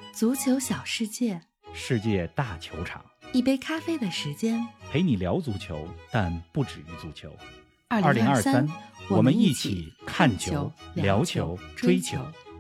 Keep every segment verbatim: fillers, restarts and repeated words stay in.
足球小世界， 世界大球场， 一杯咖啡的时间， 陪你聊足球，但不止于足球。 二零二三， 我们一起看球、聊球、追球。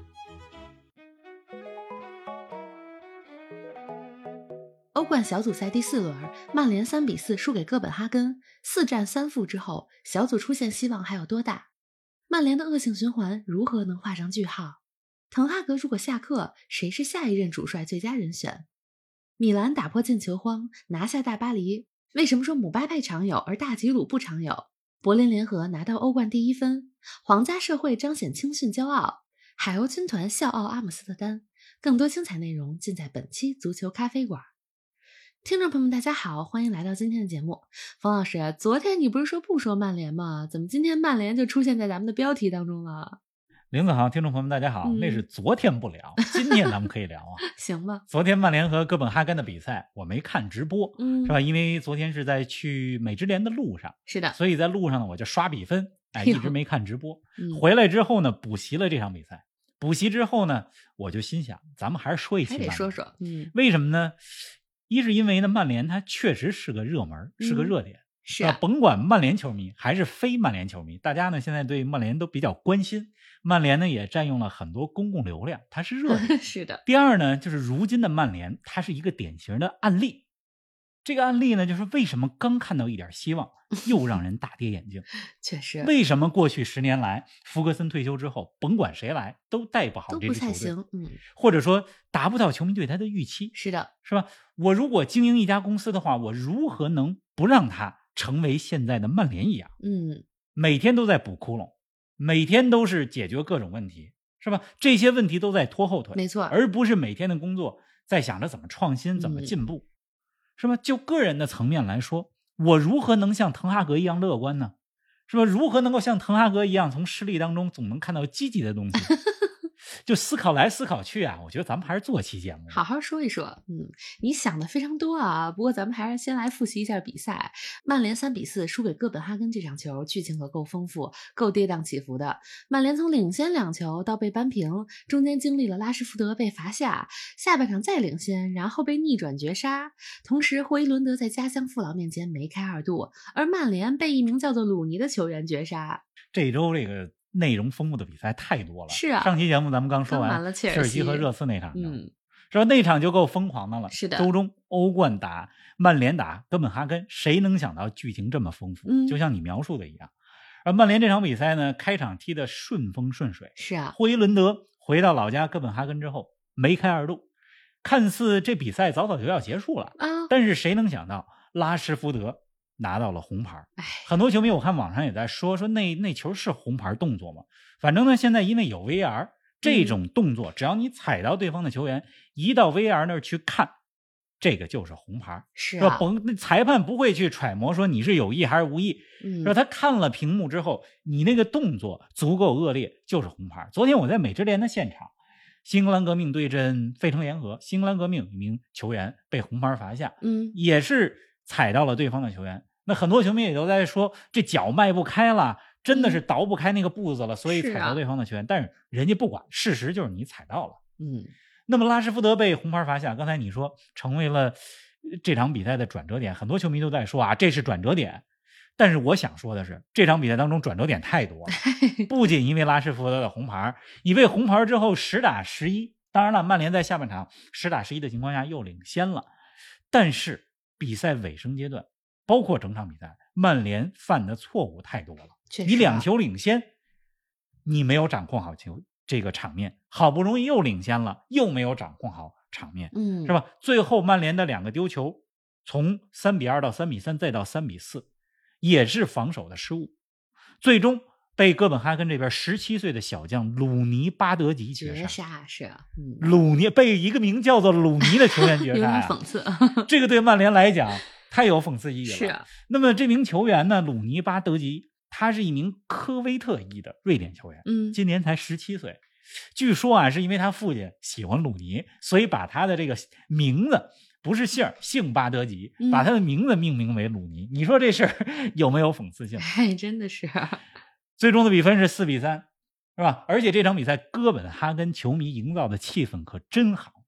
欧冠小组赛第四轮，曼联三比四输给哥本哈根，四战三负之后，小组出现希望还有多大？曼联的恶性循环如何能画上句号？滕哈格如果下课，谁是下一任主帅最佳人选？米兰打破进球荒，拿下大巴黎。为什么说姆巴佩常有，而大吉鲁不常有？柏林联合拿到欧冠第一分，皇家社会彰显青训骄傲，海鸥军团笑傲阿姆斯特丹。更多精彩内容尽在本期足球咖啡馆。听众朋友们大家好，欢迎来到今天的节目。冯老师，昨天你不是说不说曼联吗？怎么今天曼联就出现在咱们的标题当中了？ 林子豪，听众朋友们大家好、嗯、那是昨天不聊，今天咱们可以聊啊。 行吧。 昨天曼联和哥本哈根的比赛我没看直播、嗯、是吧？因为昨天是在去美职联的路上， 是的， 所以在路上呢我就刷比分，哎，一直没看直播、嗯、回来之后呢补习了这场比赛。补习之后呢我就心想咱们还是说一期曼联， 还得说说、嗯、 为什么呢？一是因为呢曼联它确实是个热门、嗯、是个热点， 是啊， 甭管曼联球迷还是非曼联球迷，大家呢现在对曼联都比较关心，曼联呢也占用了很多公共流量，它是热点是的。 第二呢就是如今的曼联它是一个典型的案例，这个案例呢就是为什么刚看到一点希望又让人大跌眼镜确实， 为什么过去十年来福格森退休之后甭管谁来都带不好这支球队， 都不太行、嗯、 或者说达不到球迷对他的预期， 是的， 是吧？我如果经营一家公司的话，我如何能不让它成为现在的曼联一样？ 嗯， 每天都在补窟窿，每天都是解决各种问题，是吧？这些问题都在拖后腿， 没错， 而不是每天的工作在想着怎么创新、怎么进步，嗯、是吧？就个人的层面来说，我如何能像滕哈格一样乐观呢？是吧？如何能够像滕哈格一样从失利当中总能看到积极的东西？就思考来思考去啊，我觉得咱们还是做期节目， 好好说一说。嗯，你想的非常多啊。不过咱们还是先来复习一下比赛。曼联三比四输给哥本哈根这场球，剧情可够丰富，够跌宕起伏的。曼联从领先两球到被扳平，中间经历了拉什福德被罚下，下半场再领先，然后被逆转绝杀。同时，霍伊伦德在家乡父老面前梅开二度，而曼联被一名叫做鲁尼的球员绝杀。 这周这个内容丰富的比赛太多了， 是啊， 上期节目咱们刚说完了切尔西和热刺那场， 嗯， 是吧？那场就够疯狂的了。 是的， 周中欧冠打曼联打哥本哈根，谁能想到剧情这么丰富？ 嗯， 就像你描述的一样。而曼联这场比赛呢，开场踢得顺风顺水， 是啊， 霍伊伦德回到老家哥本哈根之后梅开二度，看似这比赛早早就要结束了啊， 但是谁能想到拉什福德拿到了红牌，很多球迷我看网上也在说说那那球是红牌动作吗？反正呢，现在因为有 V R 这种动作，嗯、只要你踩到对方的球员，一到 V R 那儿去看，这个就是红牌， 是啊， 甭裁判不会去揣摩说你是有意还是无意， 嗯， 说他看了屏幕之后，你那个动作足够恶劣，就是红牌。昨天我在美职联的现场，新英格兰革命对阵费城联合，新英格兰革命一名球员被红牌罚下， 嗯， 也是踩到了对方的球员。那很多球迷也都在说这脚迈不开了，真的是倒不开那个步子了，嗯、所以踩到对方的球员、啊、但是人家不管，事实就是你踩到了。 嗯， 那么拉什福德被红牌罚下，刚才你说成为了这场比赛的转折点，很多球迷都在说啊这是转折点，但是我想说的是这场比赛当中转折点太多了不仅因为拉什福德的红牌，你被红牌之后十打十一，当然了曼联在下半场十打十一的情况下又领先了，但是比赛尾声阶段包括整场比赛，曼联犯的错误太多了。 啊、 你两球领先，你没有掌控好球这个场面，好不容易又领先了，又没有掌控好场面， 嗯， 是吧？最后曼联的两个丢球，从三比二到三比三，再到三比四，也是防守的失误，最终被哥本哈根这边十七岁的小将鲁尼巴德吉绝杀。 绝杀是啊，嗯， 鲁尼被一个名叫做鲁尼的球员绝杀、啊， 有点讽刺。 这个对曼联来讲太有讽刺意义了。 是啊， 那么这名球员呢，鲁尼巴德吉，他是一名科威特裔的瑞典球员， 嗯， 今年才十七岁。据说啊，是因为他父亲喜欢鲁尼，所以把他的这个名字不是姓姓巴德吉， 嗯、 把他的名字命名为鲁尼。你说这事儿有没有讽刺性？ 哎，真的是。 最终的比分是四比三，是吧？而且这场比赛哥本哈根球迷营造的气氛可真好，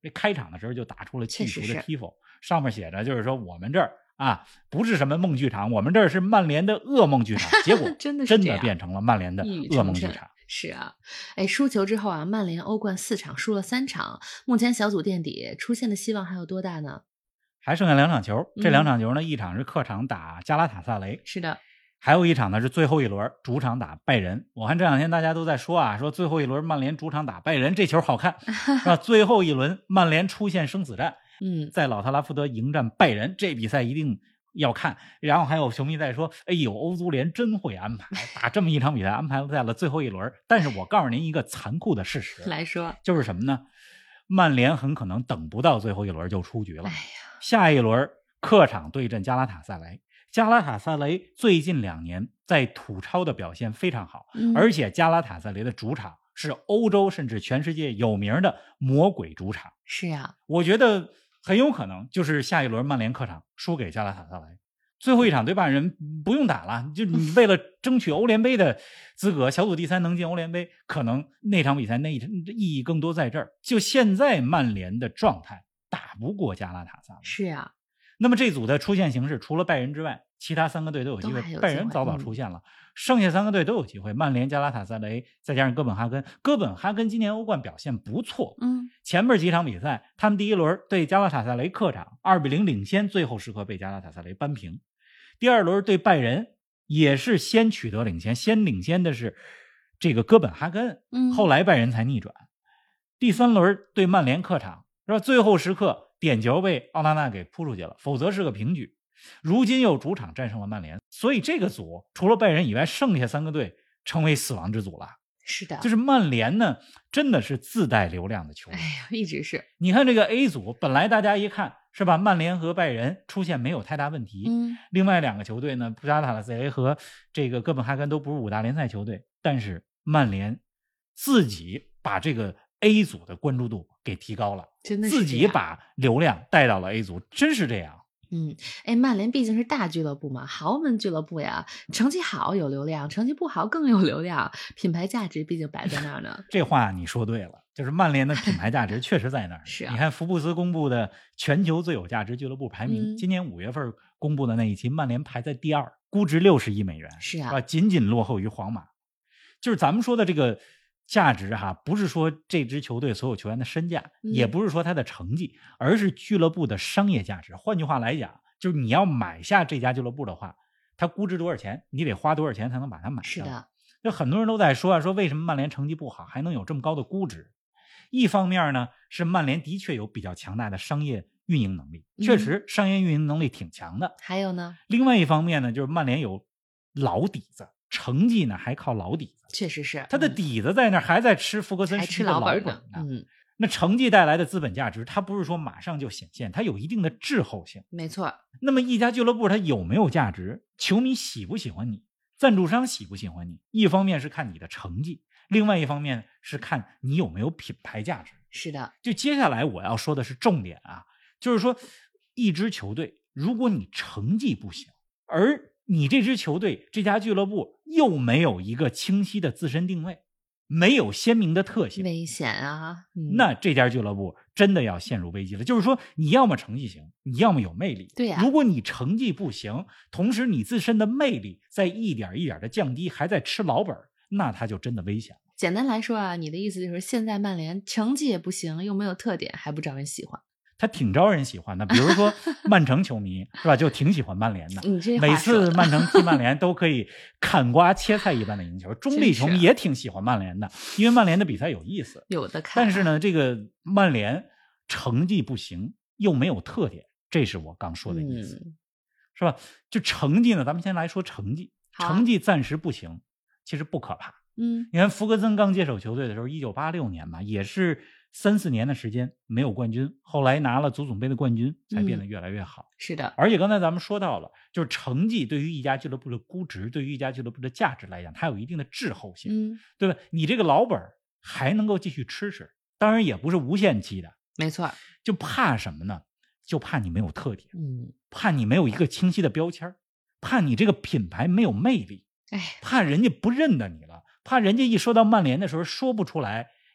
这开场的时候就打出了气确实是足的 tifo， 上面写着就是说我们这儿啊不是什么梦剧场，我们这儿是曼联的噩梦剧场。结果真的是真这样的变成了曼联的一语噩成谶梦剧场。 是啊，哎，输球之后啊，曼联欧冠四场输了三场，目前小组垫底，出现的希望还有多大呢？ 还剩下两场球，这两嗯场球呢，一场是客场打加拉塔萨雷， 是的， 还有一场呢是最后一轮主场打拜仁。我看这两天大家都在说啊，说最后一轮曼联主场打拜仁，这球好看，是吧？最后一轮曼联出现生死战， 嗯， 在老特拉福德迎战拜仁，这比赛一定要看。然后还有球迷在说，哎呦，欧足联真会安排，把这么一场比赛安排在了最后一轮。但是我告诉您一个残酷的事实， 来说， 就是什么呢？曼联很可能等不到最后一轮就出局了。 哎呀， 下一轮客场对阵加拉塔萨雷，加拉塔萨雷最近两年在土超的表现非常好， 嗯而且加拉塔萨雷的主场是欧洲甚至全世界有名的魔鬼主场。 是呀， 我觉得很有可能就是下一轮曼联客场输给加拉塔萨雷，最后一场对拜仁不用打了，就你为了争取欧联杯的资格，小组第三能进欧联杯，可能那场比赛那意义更多在这儿。就现在曼联的状态打不过加拉塔萨雷， 是呀， 那么这组的出现形势，除了拜仁之外，其他三个队都有机会。 都还有机会拜仁早早出现了，嗯、剩下三个队都有机会。曼联、加拉塔萨雷，再加上哥本哈根。哥本哈根今年欧冠表现不错， 嗯， 前面几场比赛，他们第一轮对加拉塔萨雷客场二比零领先，最后时刻被加拉塔萨雷扳平。第二轮对拜仁也是先取得领先，先领先的是这个哥本哈根， 嗯， 后来拜仁才逆转。第三轮对曼联客场，是吧？最后时刻点球被奥纳纳给扑出去了，否则是个平局。如今又主场战胜了曼联，所以这个组除了拜仁以外，剩下三个队成为死亡之组了。 是的， 就是曼联呢，真的是自带流量的球队。 哎呀，一直是。 你看这个 A 组，本来大家一看是吧，曼联和拜仁出现没有太大问题。 嗯， 另外两个球队呢，加拉塔萨雷和这个哥本哈根都不是五大联赛球队，但是曼联自己把这个 A 组的关注度给提高了， 真的是自己把流量带到了 A 组，真是这样。 嗯，哎，曼联毕竟是大俱乐部嘛，豪门俱乐部呀，成绩好有流量，成绩不好更有流量，品牌价值毕竟摆在那儿呢。 这话你说对了，就是曼联的品牌价值确实在那儿。 是啊， 你看福布斯公布的全球最有价值俱乐部排名， 嗯、 今年五月份公布的那一期，曼联排在第二，估值六十亿美元， 是啊， 是吧？仅仅落后于皇马。就是咱们说的这个价值哈，不是说这支球队所有球员的身价， 嗯、 也不是说他的成绩，而是俱乐部的商业价值。换句话来讲，就是你要买下这家俱乐部的话，它估值多少钱，你得花多少钱才能把它买下。 是的， 就很多人都在说啊，说为什么曼联成绩不好还能有这么高的估值？一方面呢，是曼联的确有比较强大的商业运营能力，确实商业运营能力挺强的。 嗯、还有呢， 另外一方面呢，就是曼联有老底子，成绩呢还靠老底子。 确实是， 他的底子在那儿，还在吃福格森还吃老本呢。 嗯， 那成绩带来的资本价值，它不是说马上就显现，它有一定的滞后性。 没错。 那么一家俱乐部它有没有价值，球迷喜不喜欢你，赞助商喜不喜欢你，一方面是看你的成绩，另外一方面是看你有没有品牌价值。 是的， 就接下来我要说的是重点啊，就是说一支球队，如果你成绩不行，而你这支球队这家俱乐部又没有一个清晰的自身定位，没有鲜明的特性， 危险啊、嗯、 那这家俱乐部真的要陷入危机了。就是说你要么成绩行，你要么有魅力。 对呀、 啊，如果你成绩不行，同时你自身的魅力在一点一点的降低，还在吃老本，那他就真的危险了。 简单来说啊，你的意思就是现在曼联成绩也不行，又没有特点，还不招人喜欢。 他挺招人喜欢的，比如说曼城球迷是吧，就挺喜欢曼联的。 你这每次曼城踢曼联都可以砍瓜切菜一般的赢球。中立球迷也挺喜欢曼联的，因为曼联的比赛有意思， 有的看。 但是呢，这个曼联成绩不行，又没有特点，这是我刚说的意思，嗯、是吧？就成绩呢，咱们先来说成绩， 啊、 成绩暂时不行，其实不可怕。 嗯， 你看福格森刚接手球队的时候，一九八六年嘛，也是三四年的时间没有冠军，后来拿了足总杯的冠军，才变得越来越好。 嗯、是的， 而且刚才咱们说到了，就是成绩对于一家俱乐部的估值，对于一家俱乐部的价值来讲，它有一定的滞后性， 嗯， 对吧？你这个老本还能够继续吃吃，当然也不是无限期的， 没错。 就怕什么呢？就怕你没有特点， 嗯， 怕你没有一个清晰的标签，怕你这个品牌没有魅力， 哎， 怕人家不认得你了。怕人家一说到曼联的时候说不出来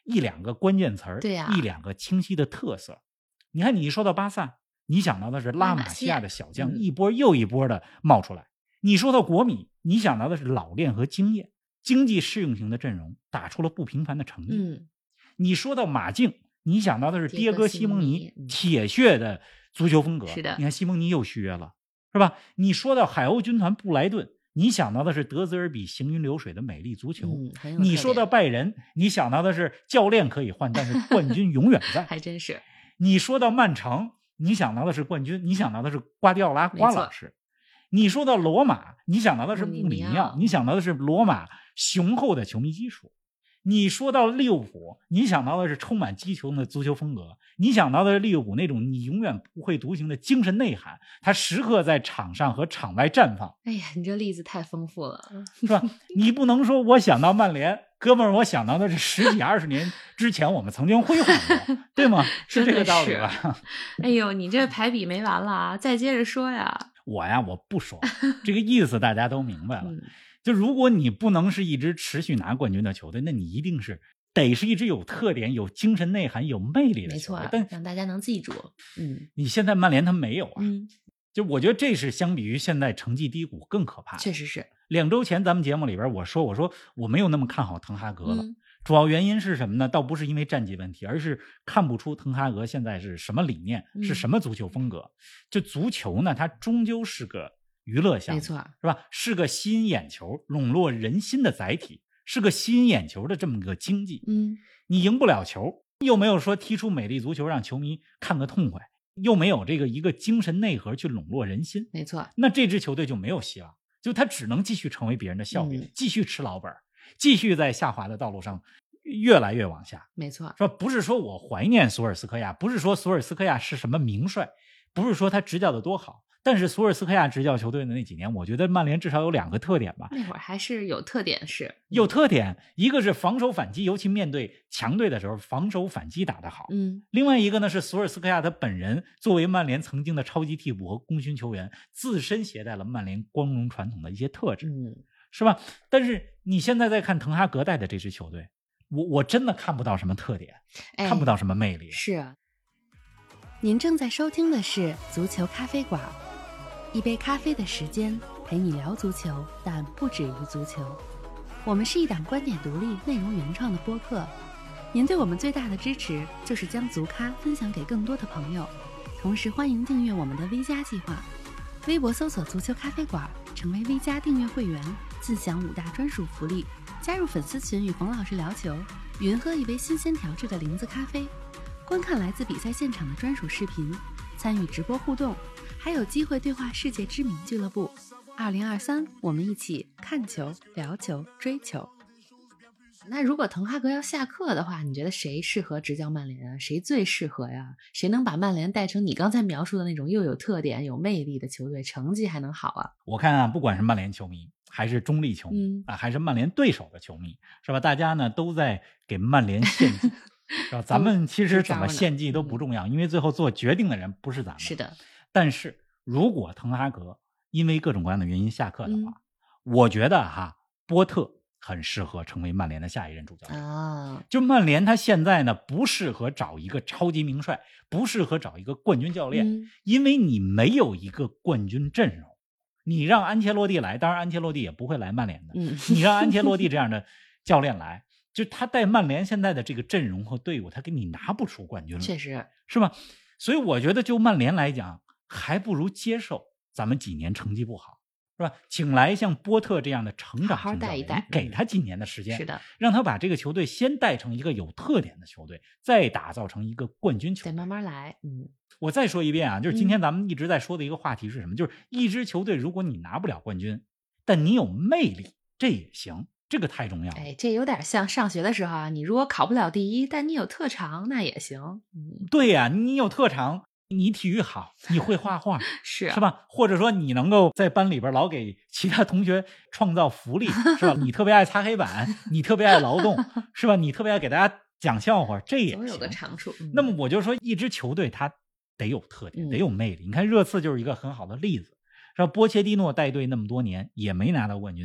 一两个关键词儿， 对呀、 一两个清晰的特色。你看，你一说到巴萨，你想到的是拉玛西亚的小将， 嗯、 一波又一波的冒出来。你说到国米，你想到的是老练和经验，经济适用型的阵容打出了不平凡的成绩。 嗯， 你说到马竞，你想到的是迭戈·西蒙尼铁血的足球风格。 是的， 你看西蒙尼又续约了，是吧？你说到海鸥军团布莱顿，你想到的是德泽尔比行云流水的美丽足球。 嗯、 你说到拜仁，你想到的是教练可以换，但是冠军永远在。 还真是。 你说到曼城，你想到的是冠军，你想到的是瓜迪奥拉瓜老师。你说到罗马，你想到的是穆里尼奥，你想到的是罗马雄厚的球迷基础。你说到利物浦，你想到的是充满击球的足球风格，你想到的是利物浦那种你永远不会独行的精神内涵，它时刻在场上和场外绽放。 哎呀，你这例子太丰富了， 是吧？你不能说我想到曼联，哥们儿，我想到的是十几二十年之前我们曾经辉煌过，对吗？是这个道理吧？ 哎呦，你这排比没完了啊！再接着说呀。 我呀，我不说，这个意思大家都明白了。 嗯、 就如果你不能是一支持续拿冠军的球队，那你一定是得是一支有特点、有精神内涵、有魅力的球队。 没错， 但让大家能记住。嗯， 你现在曼联他没有啊。 嗯， 就我觉得这是相比于现在成绩低谷更可怕的。 确实是。 两周前咱们节目里边我说，我说我没有那么看好滕哈格了。 嗯， 主要原因是什么呢？倒不是因为战绩问题，而是看不出滕哈格现在是什么理念， 嗯、 是什么足球风格。就足球呢，它终究是个娱乐项目， 没错， 是吧？是个吸引眼球、笼络人心的载体，是个吸引眼球的这么个经济。 嗯， 你赢不了球，又没有说踢出美丽足球让球迷看个痛快，又没有这个一个精神内核去笼络人心， 没错， 那这支球队就没有希望，就他只能继续成为别人的笑柄， 嗯、 继续吃老本，继续在下滑的道路上越来越往下。 没错， 说不是说我怀念索尔斯克亚，不是说索尔斯克亚是什么名帅，不是说他执教的多好，但是索尔斯克亚执教球队的那几年，我觉得曼联至少有两个特点吧。 那会儿还是有特点，是有特点，一个是防守反击，尤其面对强队的时候，防守反击打得好。 嗯， 另外一个呢是索尔斯克亚他本人作为曼联曾经的超级替补和功勋球员，自身携带了曼联光荣传统的一些特质， 嗯， 是吧？但是你现在再看滕哈格带的这支球队，我我真的看不到什么特点， 哎、 看不到什么魅力。 是啊。您正在收听的是足球咖啡馆，一杯咖啡的时间陪你聊足球，但不止于足球。我们是一档观点独立、内容原创的播客。您对我们最大的支持就是将足咖分享给更多的朋友，同时欢迎订阅我们的 V 加计划。微博搜索足球咖啡馆，成为 V 加订阅会员，自享五大专属福利，加入粉丝群与冯老师聊球，云喝一杯新鲜调制的零子咖啡，观看来自比赛现场的专属视频，参与直播互动，还有机会对话世界知名俱乐部。二零二三，我们一起看球、聊球、追球。那如果滕哈格要下课的话，你觉得谁适合执教曼联啊？谁最适合呀？谁能把曼联带成你刚才描述的那种又有特点、有魅力的球队，成绩还能好啊？ 我看啊，不管是曼联球迷，还是中立球迷、 嗯、 啊，还是曼联对手的球迷，是吧？大家呢都在给曼联献祭。是吧？咱们其实怎么献祭都不重要，因为最后做决定的人不是咱们。 是的。 但是如果滕哈格因为各种各样的原因下课的话， 嗯、 我觉得哈，波特很适合成为曼联的下一任主教练啊。 就曼联他现在呢不适合找一个超级名帅，不适合找一个冠军教练， 嗯、 因为你没有一个冠军阵容。你让安切洛蒂来，当然安切洛蒂也不会来曼联的。 嗯、 你让安切洛蒂这样的教练来。就他带曼联现在的这个阵容和队伍，他给你拿不出冠军了， 确实是吧？所以我觉得就曼联来讲，还不如接受咱们几年成绩不好，是吧？请来像波特这样的成长型教练， 好好带一带， 给他几年的时间， 是的， 让他把这个球队先带成一个有特点的球队，再打造成一个冠军球队， 再慢慢来。嗯， 我再说一遍啊，就是今天咱们一直在说的一个话题是什么？嗯、就是一支球队，如果你拿不了冠军，但你有魅力，这也行。这个太重要了。 哎，这有点像上学的时候啊，你如果考不了第一，但你有特长，那也行。 嗯，对呀、啊，你有特长，你体育好，你会画画， 是、啊、 是吧？或者说你能够在班里边老给其他同学创造福利，是吧？你特别爱擦黑板，你特别爱劳动，是吧？你特别爱给大家讲笑话，这也总有个长处。嗯、 那么我就说，一支球队它得有特点，得有魅力。嗯、你看热刺就是一个很好的例子，是吧？波切蒂诺带队那么多年也没拿到冠军。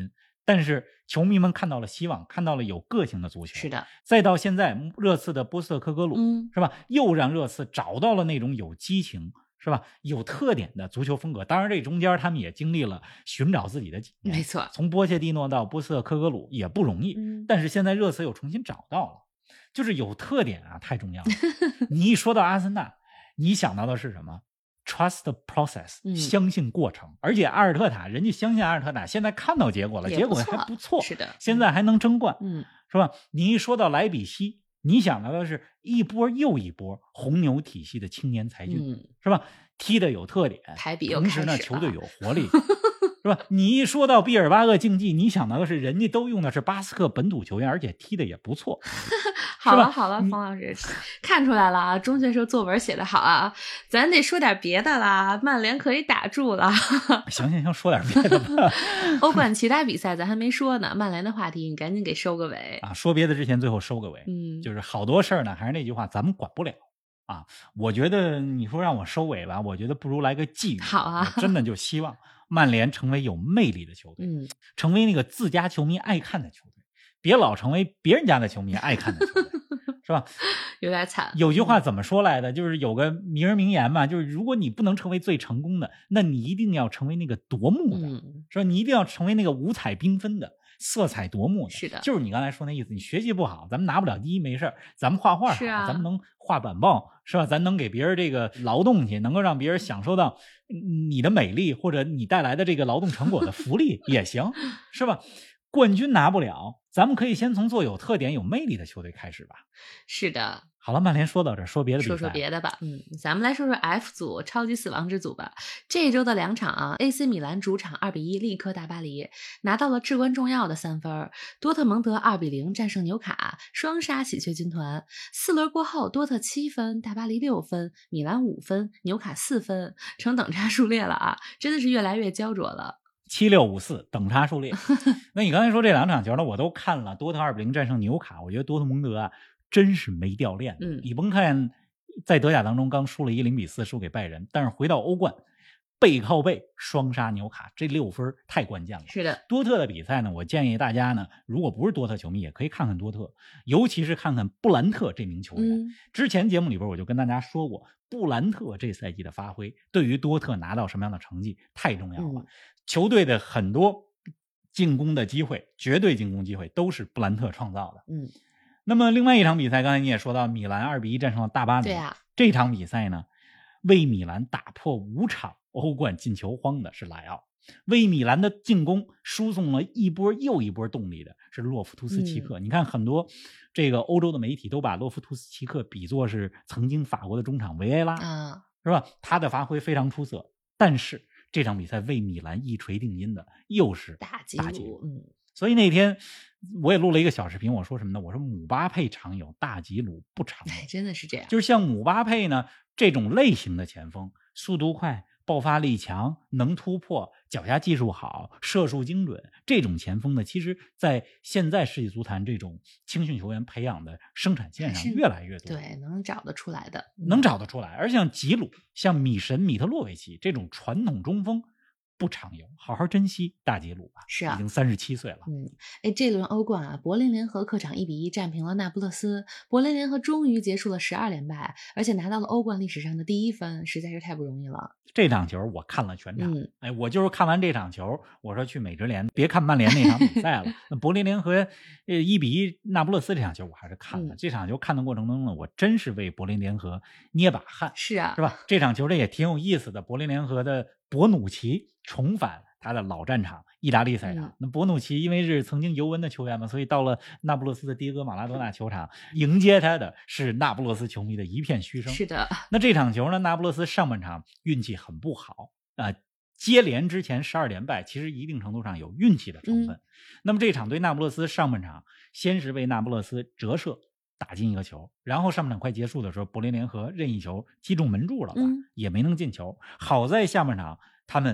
但是球迷们看到了希望，看到了有个性的足球。 是的， 再到现在热刺的波斯特科格鲁， 嗯， 是吧？又让热刺找到了那种有激情，是吧？有特点的足球风格。当然，这中间他们也经历了寻找自己的几年， 没错， 从波切蒂诺到波斯特科格鲁也不容易。 嗯， 但是现在热刺又重新找到了，就是有特点啊，太重要了。你一说到阿森纳，你想到的是什么？Trust the process，、 嗯、 相信过程。而且阿尔特塔，人家相信阿尔特塔，现在看到结果了，结果还不错， 是的， 现在还能争冠， 嗯， 是吧？你一说到莱比锡，你想到的是一波又一波红牛体系的青年才俊， 嗯、 是吧？踢的有特点， 排比又同时呢， 开始球队有活力。是吧？你一说到毕尔巴鄂竞技，你想到的是人家都用的是巴斯克本土球员，而且踢的也不错。 好了好了，冯老师看出来了啊，中学时候作文写的好啊，咱得说点别的啦。曼联可以打住了。 行行行，说点别的吧。 欧冠其他比赛咱还没说呢，曼联的话题你赶紧给收个尾啊！说别的之前，最后收个尾。 嗯， 就是好多事儿呢，还是那句话，咱们管不了。啊，我觉得你说让我收尾吧，我觉得不如来个寄语。 好啊， 我真的就希望曼联成为有魅力的球队， 嗯， 成为那个自家球迷爱看的球队，别老成为别人家的球迷爱看的球队，是吧？ 有点惨。 有句话怎么说来的？就是有个名人名言嘛，就是如果你不能成为最成功的，那你一定要成为那个夺目的， 嗯、 是吧？你一定要成为那个五彩缤纷的。色彩夺目的， 是的， 就是你刚才说那意思。你学习不好，咱们拿不了第一没事，咱们画画好， 是啊， 咱们能画板报，是吧？咱能给别人这个劳动去，能够让别人享受到你的美丽或者你带来的这个劳动成果的福利也行，是吧？冠军拿不了，咱们可以先从做有特点、有魅力的球队开始吧。 是的。 好了，曼联说到这，说别的比赛， 说说别的吧。嗯，咱们来说说 F 组超级死亡之组吧。这一周的两场啊 ，A C 米兰主场二比一力克大巴黎，拿到了至关重要的三分。多特蒙德二比零战胜纽卡，双杀喜鹊军团。四轮过后，多特七分，大巴黎六分，米兰五分，纽卡四分，成等差数列了啊！真的是越来越焦灼了。 七六五四等差数列。那你刚才说这两场球呢，我都看了。多特二比零战胜纽卡，我觉得多特蒙德啊。真是没掉链子。 嗯， 你甭看在德甲当中刚输了一零比四输给拜仁，但是回到欧冠背靠背双杀纽卡，这六分太关键了。 是的， 多特的比赛呢，我建议大家呢，如果不是多特球迷，也可以看看多特，尤其是看看布兰特这名球员。 嗯、 之前节目里边我就跟大家说过，布兰特这赛季的发挥对于多特拿到什么样的成绩太重要了。 嗯、 球队的很多进攻的机会，绝对进攻机会都是布兰特创造的。 嗯。 那么另外一场比赛，刚才你也说到，米兰二比一战胜了大巴黎。 对啊， 这场比赛呢，为米兰打破五场欧冠进球荒的是莱奥，为米兰的进攻输送了一波又一波动力的是洛夫图斯奇克。嗯、你看很多这个欧洲的媒体都把洛夫图斯奇克比作是曾经法国的中场维埃拉， 啊， 是吧？他的发挥非常出色，但是这场比赛为米兰一锤定音的又是大吉鲁。 嗯。 所以那天我也录了一个小视频，我说什么呢？我说姆巴佩常有，大吉鲁不常有。 哎，真的是这样。 就是像姆巴佩呢这种类型的前锋，速度快，爆发力强，能突破，脚下技术好，射术精准，这种前锋呢，其实在现在世纪足坛这种青训球员培养的生产线上越来越多。 对，能找得出来的， 嗯、能找得出来。而像吉鲁、像米神、米特洛维奇这种传统中锋，不常有，好好珍惜大吉鲁吧。 是啊， 已经三十七岁了。 嗯，哎，这轮欧冠啊，柏林联合客场一比一战平了那不勒斯，柏林联合终于结束了十二连败，而且拿到了欧冠历史上的第一分，实在是太不容易了。 这场球我看了全场， 嗯、 哎，我就是看完这场球，我说去美职联别看曼联那场比赛了。那柏林联合呃一比一那不勒斯这场球我还是看了。 嗯、 这场球看的过程中呢，我真是为柏林联合捏把汗。 是啊， 是吧？这场球这也挺有意思的。柏林联合的博努奇重返他的老战场意大利赛场。 嗯、 那博努奇因为是曾经尤文的球员嘛，所以到了那不勒斯的迪戈马拉多纳球场，迎接他的是那不勒斯球迷的一片嘘声。 是的。 那这场球呢，那不勒斯上半场运气很不好啊、呃，接连之前十二连败，其实一定程度上有运气的成分。 嗯、 那么这场对那不勒斯上半场先是为那不勒斯折射打进一个球，然后上半场快结束的时候，柏林联合任意球击中门柱了吧， 嗯、 也没能进球。好在下半场他们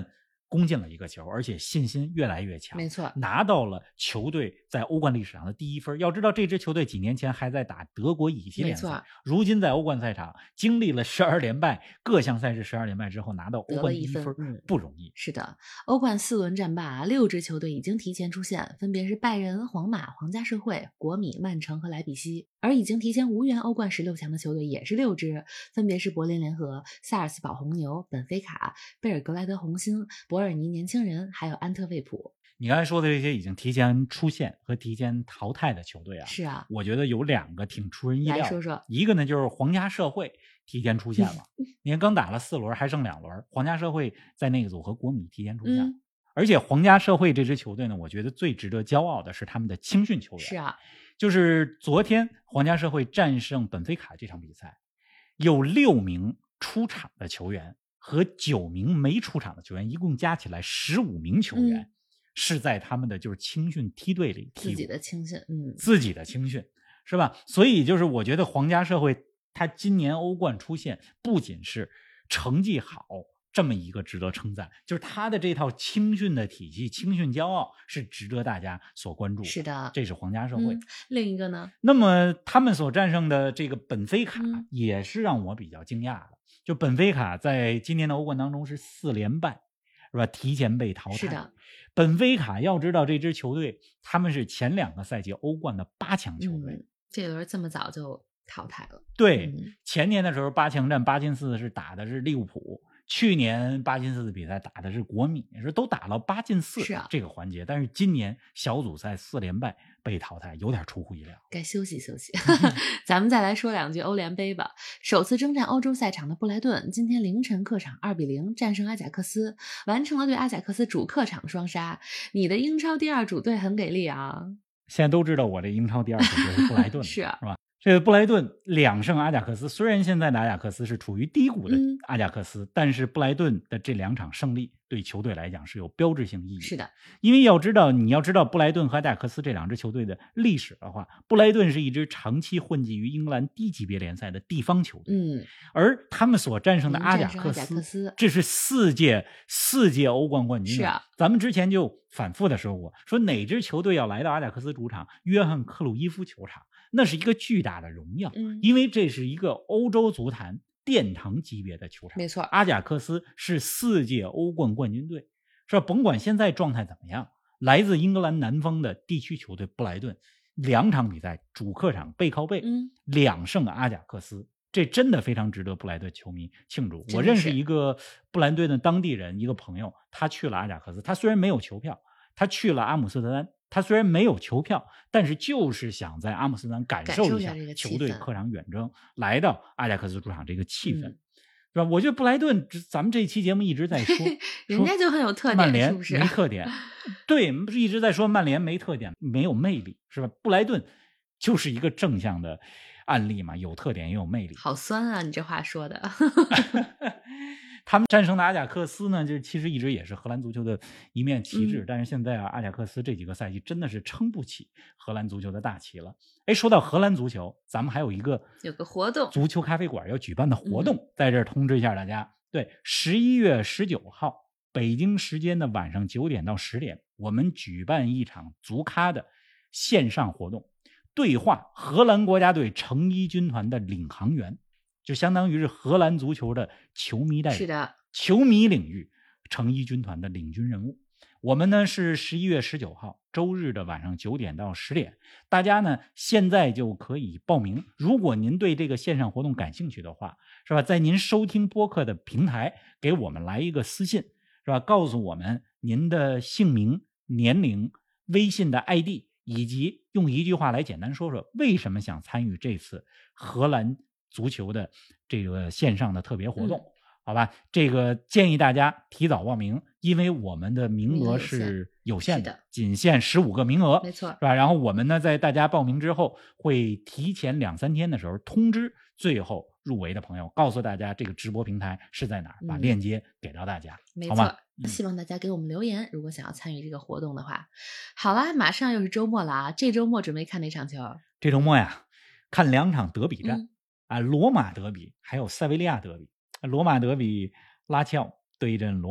攻进了一个球，而且信心越来越强， 没错， 拿到了球队在欧冠历史上的第一分。要知道这支球队几年前还在打德国乙级联赛，如今在欧冠赛场经历了十二连败，各项赛事十二连败之后拿到欧冠第一分， 嗯、 不容易。 是的，欧冠四轮战罢，六支球队已经提前出线，分别是拜仁、皇马、皇家社会、国米、曼城和莱比锡。而已经提前无缘欧冠十六强的球队也是六支，分别是柏林联合、萨尔斯堡红牛、本菲卡、贝尔格莱德红星、伯尔尼年轻人，还有安特卫普。 你刚才说的这些已经提前出线和提前淘汰的球队啊， 是啊， 我觉得有两个挺出人意料的。 来说说， 一个呢就是皇家社会提前出线了，你看刚打了四轮，还剩两轮，皇家社会在那个组和国米提前出线了。嗯，而且皇家社会这支球队呢，我觉得最值得骄傲的是他们的青训球员。 是啊， 就是昨天皇家社会战胜本菲卡这场比赛，有六名出场的球员和九名没出场的球员，一共加起来十五名球员。嗯，是在他们的就是青训梯队里踢自己的青训，嗯， 自己的青训是吧？所以就是我觉得皇家社会他今年欧冠出现，不仅是成绩好这么一个值得称赞，就是他的这套青训的体系，青训骄傲是值得大家所关注的。 是的， 这是皇家社会。 嗯、另一个呢？ 那么他们所战胜的这个本菲卡也是让我比较惊讶的，嗯、就本菲卡在今年的欧冠当中是四连败。是吧？提前被淘汰。 是的， 本菲卡要知道这支球队，他们是前两个赛季欧冠的八强球队， 嗯、这轮这么早就淘汰了。 对， 嗯、 前年的时候八强战八进四是打的是利物浦，去年八进四的比赛打的是国米，是都打了八进四这个环节， 是啊、 但是今年小组赛四连败被淘汰，有点出乎意料， 该休息休息。咱们再来说两句欧联杯吧。首次征战欧洲赛场的布莱顿今天凌晨客场二比零战胜阿贾克斯，完成了对阿贾克斯主客场双杀。你的英超第二主队很给力啊！ 现在都知道我这英超第二主队是布莱顿是啊， 是吧？这个布莱顿两胜阿贾克斯，虽然现在的阿贾克斯是处于低谷的阿贾克斯，嗯、但是布莱顿的这两场胜利对球队来讲是有标志性意义。 是的， 因为要知道，你要知道布莱顿和阿贾克斯这两支球队的历史的话，布莱顿是一支长期混迹于英格兰低级别联赛的地方球队， 嗯， 而他们所战胜的阿贾克斯， 克斯这是四届四届欧冠冠军。 是啊， 咱们之前就反复的说过，说哪支球队要来到阿贾克斯主场约翰克鲁伊夫球场，那是一个巨大的荣耀， 嗯、 因为这是一个欧洲足坛殿堂级别的球场。 没错， 阿贾克斯是四届欧冠冠军队，是吧？甭管现在状态怎么样，来自英格兰南方的地区球队布莱顿，两场比赛主客场背靠背， 嗯、 两胜阿贾克斯，这真的非常值得布莱顿球迷庆祝。我认识一个布莱顿的当地人，一个朋友，他去了阿贾克斯，他虽然没有球票，他去了阿姆斯特丹。他虽然没有球票，但是就是想在阿姆斯特丹感受一下球队客场远征，来到阿贾克斯主场这个气氛，嗯、是吧？我觉得布莱顿，咱们这期节目一直在说， 人家就很有特点， 曼联是不是？ 没特点，对，不是一直在说曼联没特点，没有魅力，是吧？布莱顿就是一个正向的案例嘛，有特点也有魅力。 好酸啊，你这话说的。 他们战胜的阿贾克斯呢，就其实一直也是荷兰足球的一面旗帜， 嗯、 但是现在啊，阿贾克斯这几个赛季真的是撑不起荷兰足球的大旗了。哎，说到荷兰足球，咱们还有一个有个活动， 足球咖啡馆要举办的活动， 嗯、 在这儿通知一下大家。对，十一月十九号，北京时间的晚上九点到十点，我们举办一场足咖的线上活动，对话荷兰国家队成衣军团的领航员。就相当于是荷兰足球的球迷代表， 是的， 球迷领域成衣军团的领军人物。我们呢是十一月十九号周日的晚上九点到十点，大家呢现在就可以报名。如果您对这个线上活动感兴趣的话，是吧？在您收听播客的平台给我们来一个私信，是吧？告诉我们您的姓名、年龄、微信的 I D， 以及用一句话来简单说说为什么想参与这次荷兰足球的这个线上的特别活动，嗯、好吧？这个建议大家提早报名，因为我们的名额是有限的，仅限十五个名额， 没错， 是吧？然后我们呢，在大家报名之后，会提前两三天的时候通知最后入围的朋友，告诉大家这个直播平台是在哪儿，把链接给到大家， 嗯、 好吗？ 没错。希望大家给我们留言，如果想要参与这个活动的话。好啦，马上又是周末了啊！这周末准备看哪场球？ 这周末呀，看两场德比战。 嗯啊，罗马德比还有塞维利亚德比。罗马德比，拉齐奥对阵罗马，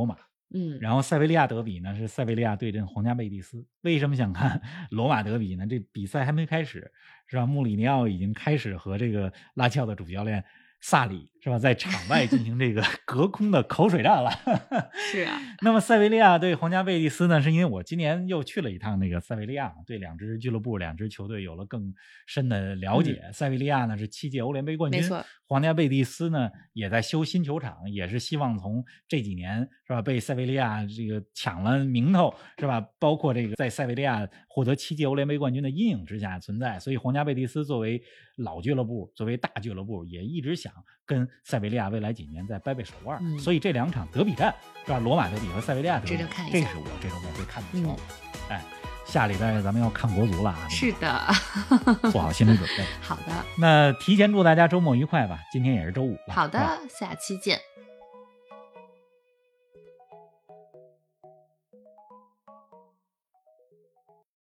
嗯， 然后塞维利亚德比呢是塞维利亚对阵皇家贝蒂斯。为什么想看罗马德比呢？这比赛还没开始，是吧？穆里尼奥已经开始和这个拉齐奥的主教练萨里，是吧，在场外进行这个隔空的口水战了。 是啊。 那么塞维利亚对皇家贝蒂斯呢，是因为我今年又去了一趟那个塞维利亚，对两支俱乐部、两支球队有了更深的了解。嗯、塞维利亚呢是七届欧联杯冠军， 没错。 皇家贝蒂斯呢也在修新球场，也是希望从这几年是吧被塞维利亚这个抢了名头，是吧？包括这个在塞维利亚获得七届欧联杯冠军的阴影之下存在，所以皇家贝蒂斯作为老俱乐部、作为大俱乐部，也一直想跟塞维利亚未来几年再掰掰手腕。嗯、所以这两场德比战是吧？罗马德比和塞维利亚德比，这是我这周末会看的球。嗯、哎。下礼拜咱们要看国足了啊！ 是的， 做好心理准备。 好的， 那提前祝大家周末愉快吧。今天也是周五了。 好的，下期见。